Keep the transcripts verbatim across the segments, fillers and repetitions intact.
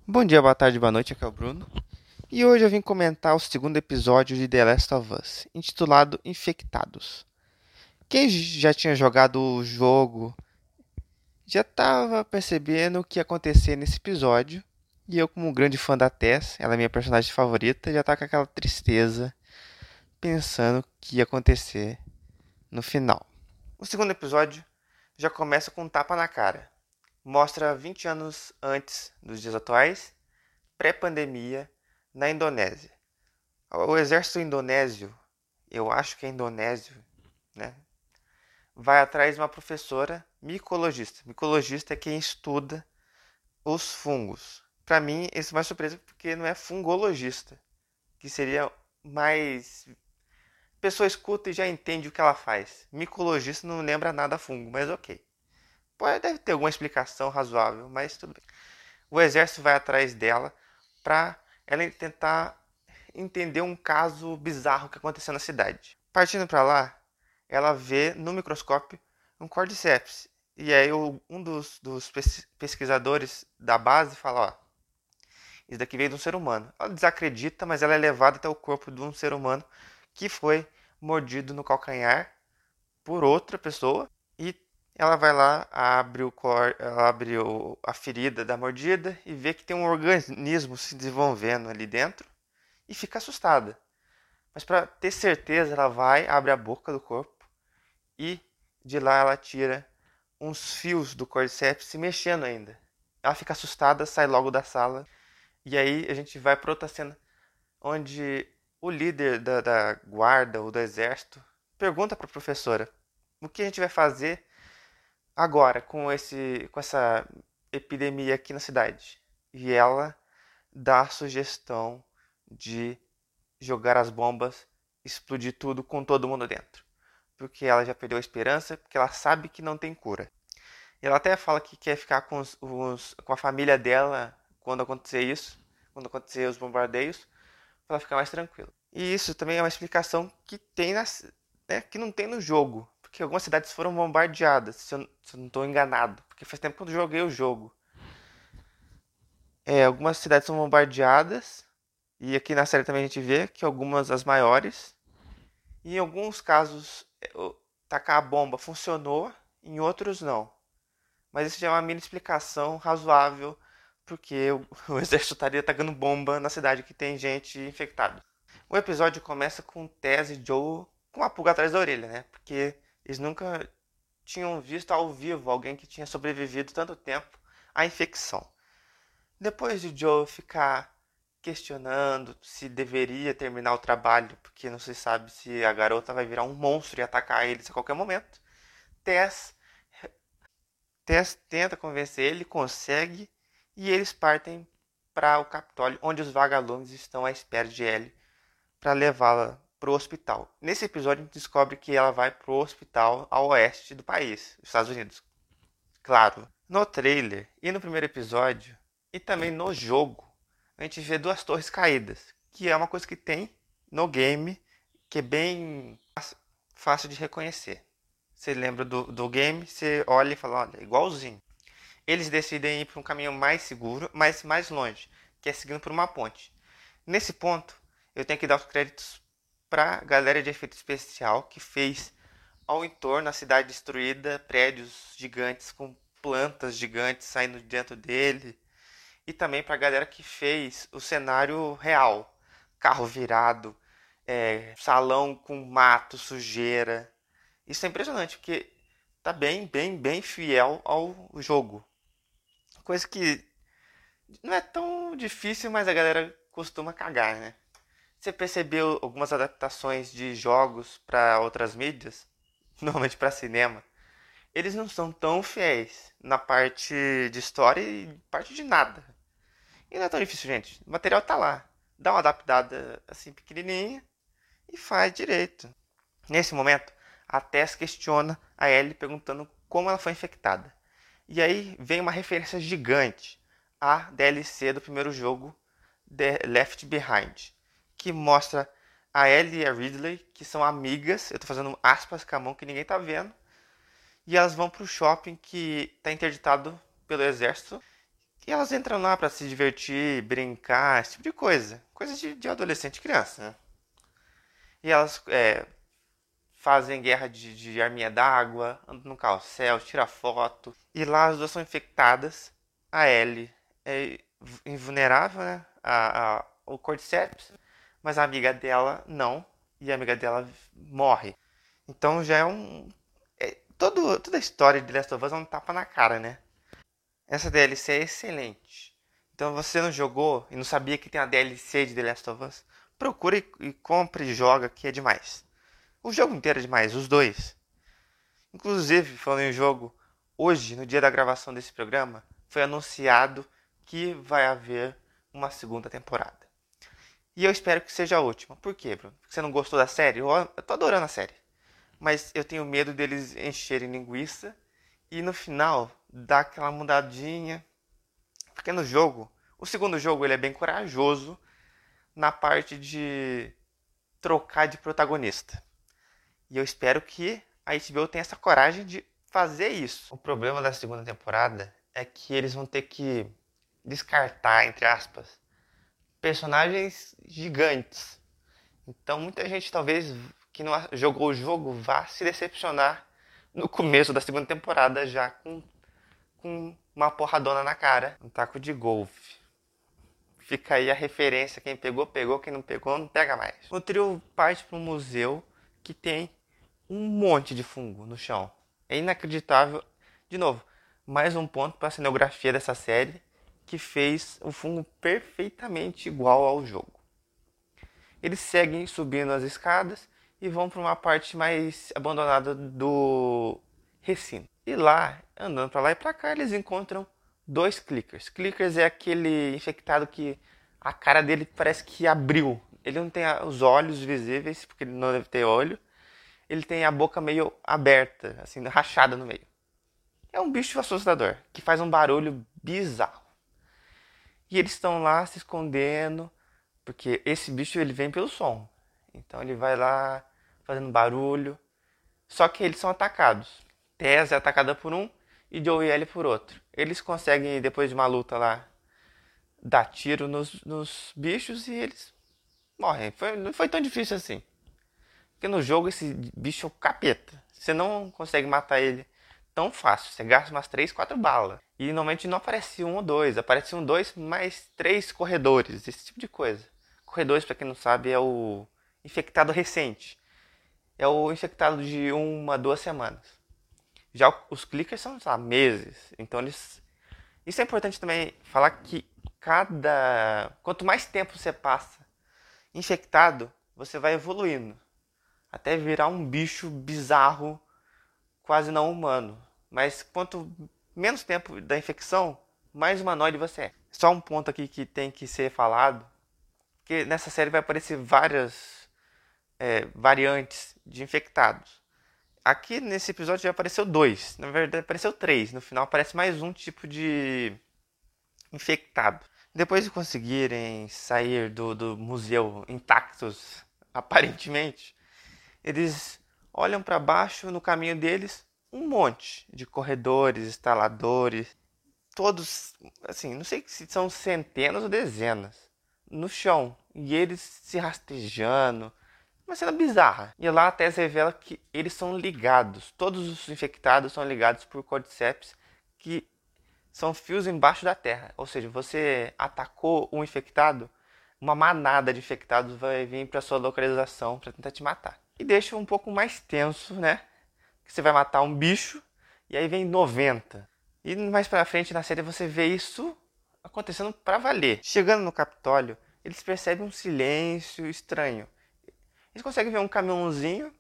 Bom dia, boa tarde, boa noite, aqui é o Bruno. E hoje eu vim comentar o segundo episódio de The Last of Us, intitulado Infectados. Quem já tinha jogado o jogo já estava percebendo o que ia acontecer nesse episódio. E eu, como um grande fã da Tess, ela é minha personagem favorita, já tá com aquela tristeza, pensando o que ia acontecer no final. O segundo episódio já começa com um tapa na cara. Mostra vinte anos antes dos dias atuais, pré-pandemia, na Indonésia. O exército indonésio, eu acho que é indonésio, né? Vai atrás de uma professora micologista. Micologista é quem estuda os fungos. Para mim, isso é mais surpresa porque não é fungologista, que seria mais... A pessoa escuta e já entende o que ela faz. Micologista não lembra nada fungo, mas ok. Pode, deve ter alguma explicação razoável, mas tudo bem. O exército vai atrás dela para ela tentar entender um caso bizarro que aconteceu na cidade. Partindo para lá, ela vê no microscópio um Cordyceps. E aí um dos, dos pesquisadores da base fala, ó, isso daqui veio de um ser humano. Ela desacredita, mas ela é levada até o corpo de um ser humano que foi mordido no calcanhar por outra pessoa. E ela vai lá, abre, o cor, ela abre o, a ferida da mordida e vê que tem um organismo se desenvolvendo ali dentro e fica assustada. Mas para ter certeza, ela vai, abre a boca do corpo e de lá ela tira uns fios do Cordyceps se mexendo ainda. Ela fica assustada, sai logo da sala. E aí a gente vai para outra cena onde o líder da, da guarda ou do exército pergunta para a professora o que a gente vai fazer agora com, esse, com essa epidemia aqui na cidade. E ela dá a sugestão de jogar as bombas, explodir tudo com todo mundo dentro. Porque ela já perdeu a esperança, porque ela sabe que não tem cura. E ela até fala que quer ficar com, os, os, com a família dela quando acontecer isso, quando acontecer os bombardeios, para ela ficar mais tranquila. E isso também é uma explicação que tem na, né, que não tem no jogo. Porque algumas cidades foram bombardeadas, se eu, se eu não estou enganado. Porque faz tempo que eu joguei o jogo. É, algumas cidades são bombardeadas. E aqui na série também a gente vê que algumas, as maiores, e em alguns casos, tacar a bomba funcionou, em outros não. Mas isso já é uma mini explicação razoável, porque o, o exército estaria tacando bomba na cidade que tem gente infectada. O episódio começa com Tess e Joe com uma pulga atrás da orelha, né? Porque eles nunca tinham visto ao vivo alguém que tinha sobrevivido tanto tempo à infecção. Depois de Joe ficar questionando se deveria terminar o trabalho, porque não se sabe se a garota vai virar um monstro e atacar eles a qualquer momento, Tess, Tess tenta convencer ele, consegue, e eles partem para o Capitólio, onde os vagalumes estão à espera de Ellie para levá-la para o hospital. Nesse episódio a gente descobre que ela vai para o hospital ao oeste do país, Estados Unidos. Claro, no trailer e no primeiro episódio, e também no jogo, a gente vê duas torres caídas, que é uma coisa que tem no game, que é bem fácil de reconhecer. Você lembra do, do game, você olha e fala, olha, igualzinho. Eles decidem ir para um caminho mais seguro, mas mais longe, que é seguindo por uma ponte. Nesse ponto, eu tenho que dar os créditos para a galera de efeito especial que fez ao entorno a cidade destruída, prédios gigantes com plantas gigantes saindo de dentro dele. E também para a galera que fez o cenário real. Carro virado, é, salão com mato, sujeira. Isso é impressionante, porque tá bem, bem, bem fiel ao jogo. Coisa que não é tão difícil, mas a galera costuma cagar, né? Você percebeu algumas adaptações de jogos para outras mídias? Normalmente para cinema. Eles não são tão fiéis na parte de história e parte de nada. E não é tão difícil, gente. O material tá lá. Dá uma adaptada assim pequenininha e faz direito. Nesse momento, a Tess questiona a Ellie perguntando como ela foi infectada. E aí vem uma referência gigante à D L C do primeiro jogo, The Left Behind, que mostra a Ellie e a Ridley, que são amigas. Eu tô fazendo aspas com a mão que ninguém tá vendo. E elas vão pro shopping que tá interditado pelo exército. E elas entram lá pra se divertir, brincar, esse tipo de coisa. Coisa de, de adolescente e criança, né? E elas é, fazem guerra de, de arminha d'água, andam no carrossel, tira foto. E lá as duas são infectadas. A Ellie é invulnerável, né? A, a, o Cordyceps. Mas a amiga dela não. E a amiga dela morre. Então já é um. É, todo, toda a história de The Last of Us é um tapa na cara, né? Essa D L C é excelente. Então você não jogou e não sabia que tem a D L C de The Last of Us? Procure e compre e joga, que é demais. O jogo inteiro é demais, os dois. Inclusive, falando em jogo, hoje, no dia da gravação desse programa, foi anunciado que vai haver uma segunda temporada. E eu espero que seja a última. Por quê, Bruno? Porque você não gostou da série? Eu, eu tô adorando a série. Mas eu tenho medo deles encherem linguiça e no final dar aquela mudadinha. Porque no jogo, o segundo jogo ele é bem corajoso na parte de trocar de protagonista. E eu espero que a H B O tenha essa coragem de fazer isso. O problema da segunda temporada é que eles vão ter que descartar, entre aspas, personagens gigantes. Então muita gente talvez que não jogou o jogo vá se decepcionar no começo da segunda temporada já com, com uma porradona na cara. Um taco de golfe. Fica aí a referência, quem pegou, pegou, quem não pegou, não pega mais. O trio parte para um museu que tem um monte de fungo no chão. É inacreditável. De novo, mais um ponto para a cenografia dessa série que fez o fungo perfeitamente igual ao jogo. Eles seguem subindo as escadas e vão para uma parte mais abandonada do recinto. E lá, andando para lá e para cá, eles encontram dois clickers. Clickers é aquele infectado que a cara dele parece que abriu. Ele não tem os olhos visíveis, porque ele não deve ter olho. Ele tem a boca meio aberta, assim, rachada no meio. É um bicho assustador, que faz um barulho bizarro. E eles estão lá se escondendo, porque esse bicho ele vem pelo som. Então ele vai lá fazendo barulho. Só que eles são atacados. Tess é atacada por um e Joe e Ellie por outro. Eles conseguem, depois de uma luta lá, dar tiro nos, nos bichos e eles morrem. Foi, não foi tão difícil assim. Porque no jogo esse bicho é o capeta. Você não consegue matar ele tão fácil. Você gasta umas três, quatro balas. E normalmente não aparece um ou dois. Aparece um, dois, mais três corredores. Esse tipo de coisa. Corredores, para quem não sabe, é o infectado recente. É o infectado de uma, duas semanas. Já os clickers são, sei lá, meses. Então eles... Isso é importante também falar que cada... Quanto mais tempo você passa infectado, você vai evoluindo. Até virar um bicho bizarro, quase não humano. Mas quanto menos tempo da infecção, mais humanoide você é. Só um ponto aqui que tem que ser falado, que nessa série vai aparecer várias é, variantes de infectados. Aqui nesse episódio já apareceu dois, na verdade apareceu três. No final aparece mais um tipo de infectado. Depois de conseguirem sair do, do museu intactos, aparentemente, eles olham para baixo no caminho deles, um monte de corredores, instaladores, todos, assim, não sei se são centenas ou dezenas, no chão, e eles se rastejando, uma cena bizarra. E lá até se revela que eles são ligados, todos os infectados são ligados por cordyceps, que são fios embaixo da terra. Ou seja, você atacou um infectado, uma manada de infectados vai vir para sua localização para tentar te matar. E deixa um pouco mais tenso, né? Que você vai matar um bicho e aí vem noventa. E mais pra frente na série você vê isso acontecendo pra valer. Chegando no Capitólio, eles percebem um silêncio estranho. Eles conseguem ver um caminhãozinho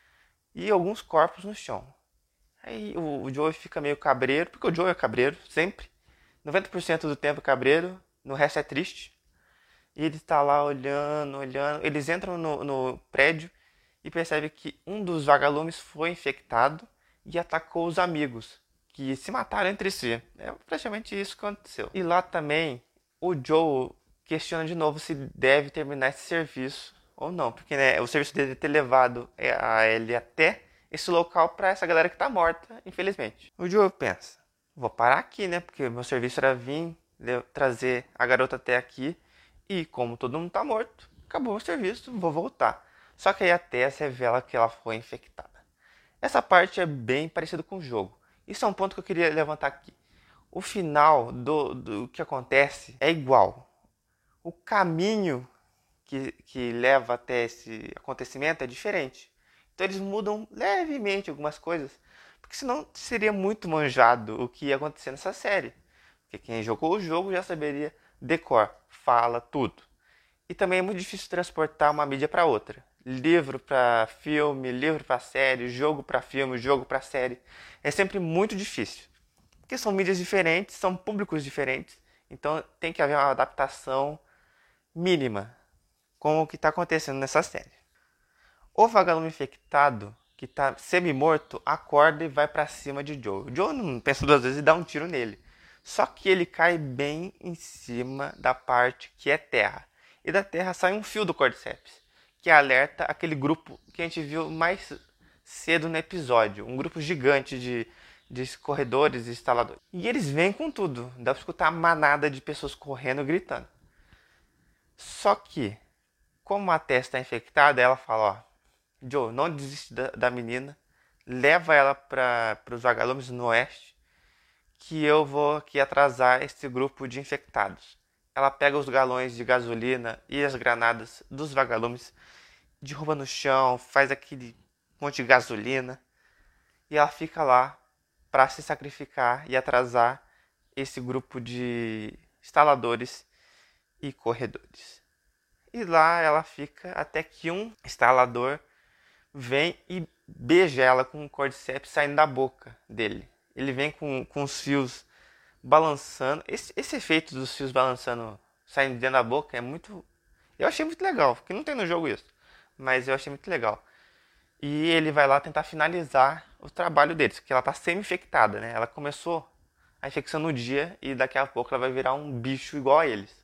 e alguns corpos no chão. Aí o, o Joey fica meio cabreiro, porque o Joey é cabreiro, sempre. noventa por cento do tempo é cabreiro, no resto é triste. E ele está lá olhando, olhando. Eles entram no, no prédio e percebem que um dos vagalumes foi infectado e atacou os amigos, que se mataram entre si. É praticamente isso que aconteceu. E lá também o Joe questiona de novo se deve terminar esse serviço ou não, porque né, o serviço dele é ter levado a ele até esse local para essa galera que está morta, infelizmente. O Joe pensa, vou parar aqui, né, porque meu serviço era vir trazer a garota até aqui. E como todo mundo tá morto, acabou o serviço, vou voltar. Só que aí a Tess revela que ela foi infectada. Essa parte é bem parecida com o jogo. Isso é um ponto que eu queria levantar aqui. O final do, do que acontece é igual. O caminho que, que leva até esse acontecimento é diferente. Então eles mudam levemente algumas coisas, porque senão seria muito manjado o que ia acontecer nessa série. Porque quem jogou o jogo já saberia decor, fala tudo. E também é muito difícil transportar uma mídia para outra. Livro para filme, livro para série, jogo para filme, jogo para série. É sempre muito difícil. Porque são mídias diferentes, são públicos diferentes. Então tem que haver uma adaptação mínima com o que está acontecendo nessa série. O vagalume infectado, que está semi-morto, acorda e vai para cima de Joe. Joe não pensa duas vezes e dá um tiro nele. Só que ele cai bem em cima da parte que é terra. E da terra sai um fio do Cordyceps, que alerta aquele grupo que a gente viu mais cedo no episódio. Um grupo gigante de, de corredores e instaladores. E eles vêm com tudo. Dá para escutar a manada de pessoas correndo e gritando. Só que, como a Tess está infectada, ela fala, ó, Joe, não desiste da, da menina, leva ela para os vagalumes no oeste, que eu vou aqui atrasar esse grupo de infectados. Ela pega os galões de gasolina e as granadas dos vagalumes, derruba no chão, faz aquele monte de gasolina, e ela fica lá para se sacrificar e atrasar esse grupo de instaladores e corredores. E lá ela fica até que um instalador vem e beija ela com um cordyceps saindo da boca dele. Ele vem com, com os fios balançando. Esse, esse efeito dos fios balançando, saindo dentro da boca é muito... Eu achei muito legal, porque não tem no jogo isso. Mas eu achei muito legal. E ele vai lá tentar finalizar o trabalho deles, porque ela está semi-infectada, né? Ela começou a infecção no dia e daqui a pouco ela vai virar um bicho igual a eles.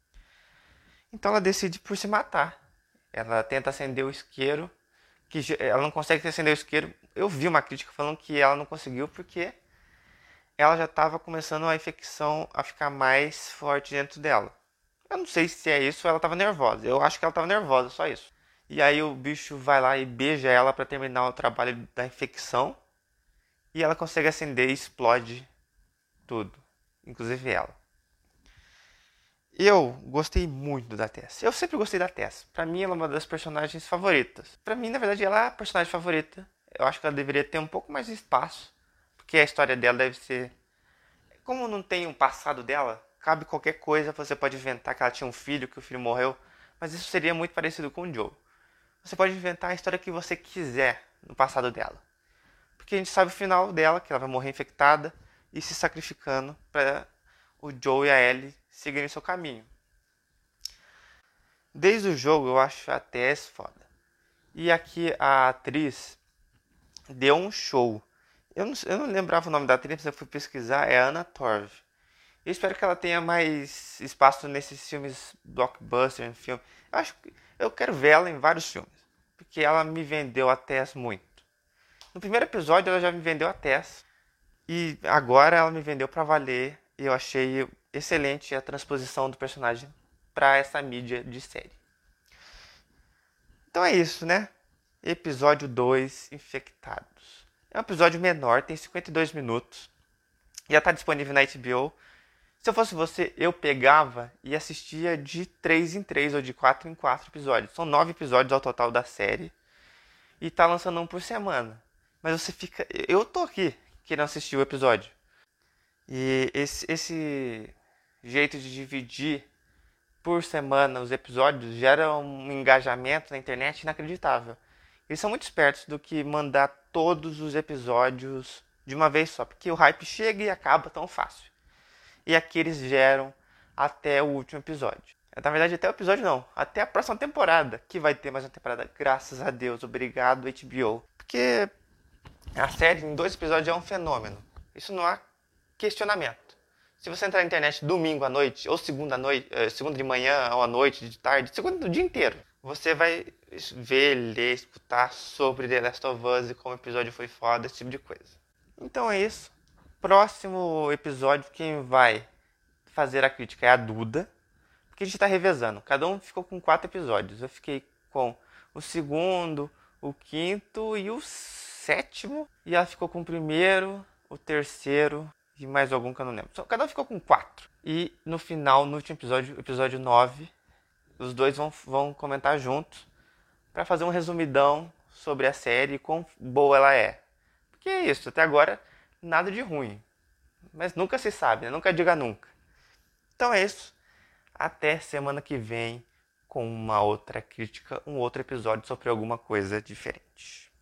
Então ela decide por se matar. Ela tenta acender o isqueiro, que ela não consegue acender o isqueiro. Eu vi uma crítica falando que ela não conseguiu porque ela já estava começando a infecção a ficar mais forte dentro dela. Eu não sei se é isso ou ela estava nervosa. Eu acho que ela estava nervosa, só isso. E aí o bicho vai lá e beija ela para terminar o trabalho da infecção. E ela consegue acender e explode tudo, inclusive ela. Eu gostei muito da Tess. Eu sempre gostei da Tess. Pra mim, ela é uma das personagens favoritas. Pra mim, na verdade, ela é a personagem favorita. Eu acho que ela deveria ter um pouco mais de espaço. Porque a história dela deve ser... Como não tem um passado dela, cabe qualquer coisa. Você pode inventar que ela tinha um filho, que o filho morreu. Mas isso seria muito parecido com o Joe. Você pode inventar a história que você quiser no passado dela. Porque a gente sabe o final dela, que ela vai morrer infectada e se sacrificando para o Joe e a Ellie seguirem seu caminho. Desde o jogo eu acho a Tess foda. E aqui a atriz deu um show. Eu não, eu não lembrava o nome da atriz, mas eu fui pesquisar, é Anna Torv. Eu espero que ela tenha mais espaço nesses filmes blockbuster, filme. Eu acho que eu quero ver ela em vários filmes, porque ela me vendeu a Tess muito. No primeiro episódio ela já me vendeu a Tess e agora ela me vendeu pra valer. E eu achei excelente a transposição do personagem para essa mídia de série. Então é isso, né? Episódio dois, Infectados. É um episódio menor, tem cinquenta e dois minutos. Já está disponível na H B O. Se eu fosse você, eu pegava e assistia de três em três ou de quatro em quatro episódios. São nove episódios ao total da série. E tá lançando um por semana. Mas você fica... Eu tô aqui querendo assistir o episódio. E esse, esse jeito de dividir por semana os episódios gera um engajamento na internet inacreditável. Eles são muito espertos do que mandar todos os episódios de uma vez só, porque o hype chega e acaba tão fácil. E aqui eles geram até o último episódio. Na verdade, até o episódio não, até a próxima temporada, que vai ter mais uma temporada, graças a Deus, obrigado H B O. Porque a série em dois episódios é um fenômeno. Isso não há questionamento. Se você entrar na internet domingo à noite, ou segunda, à noite, segunda de manhã, ou à noite, de tarde, segunda do dia inteiro, você vai ver, ler, escutar sobre The Last of Us e como o episódio foi foda, esse tipo de coisa. Então é isso. Próximo episódio, quem vai fazer a crítica é a Duda, porque a gente está revezando. Cada um ficou com quatro episódios. Eu fiquei com o segundo, o quinto e o sétimo. E ela ficou com o primeiro, o terceiro e mais algum que eu não lembro. Cada um ficou com quatro. E no final, no último episódio, episódio nove, os dois vão, vão comentar juntos para fazer um resumidão sobre a série e quão boa ela é. Porque é isso, até agora nada de ruim. Mas nunca se sabe, né? Nunca diga nunca. Então é isso. Até semana que vem com uma outra crítica, um outro episódio sobre alguma coisa diferente.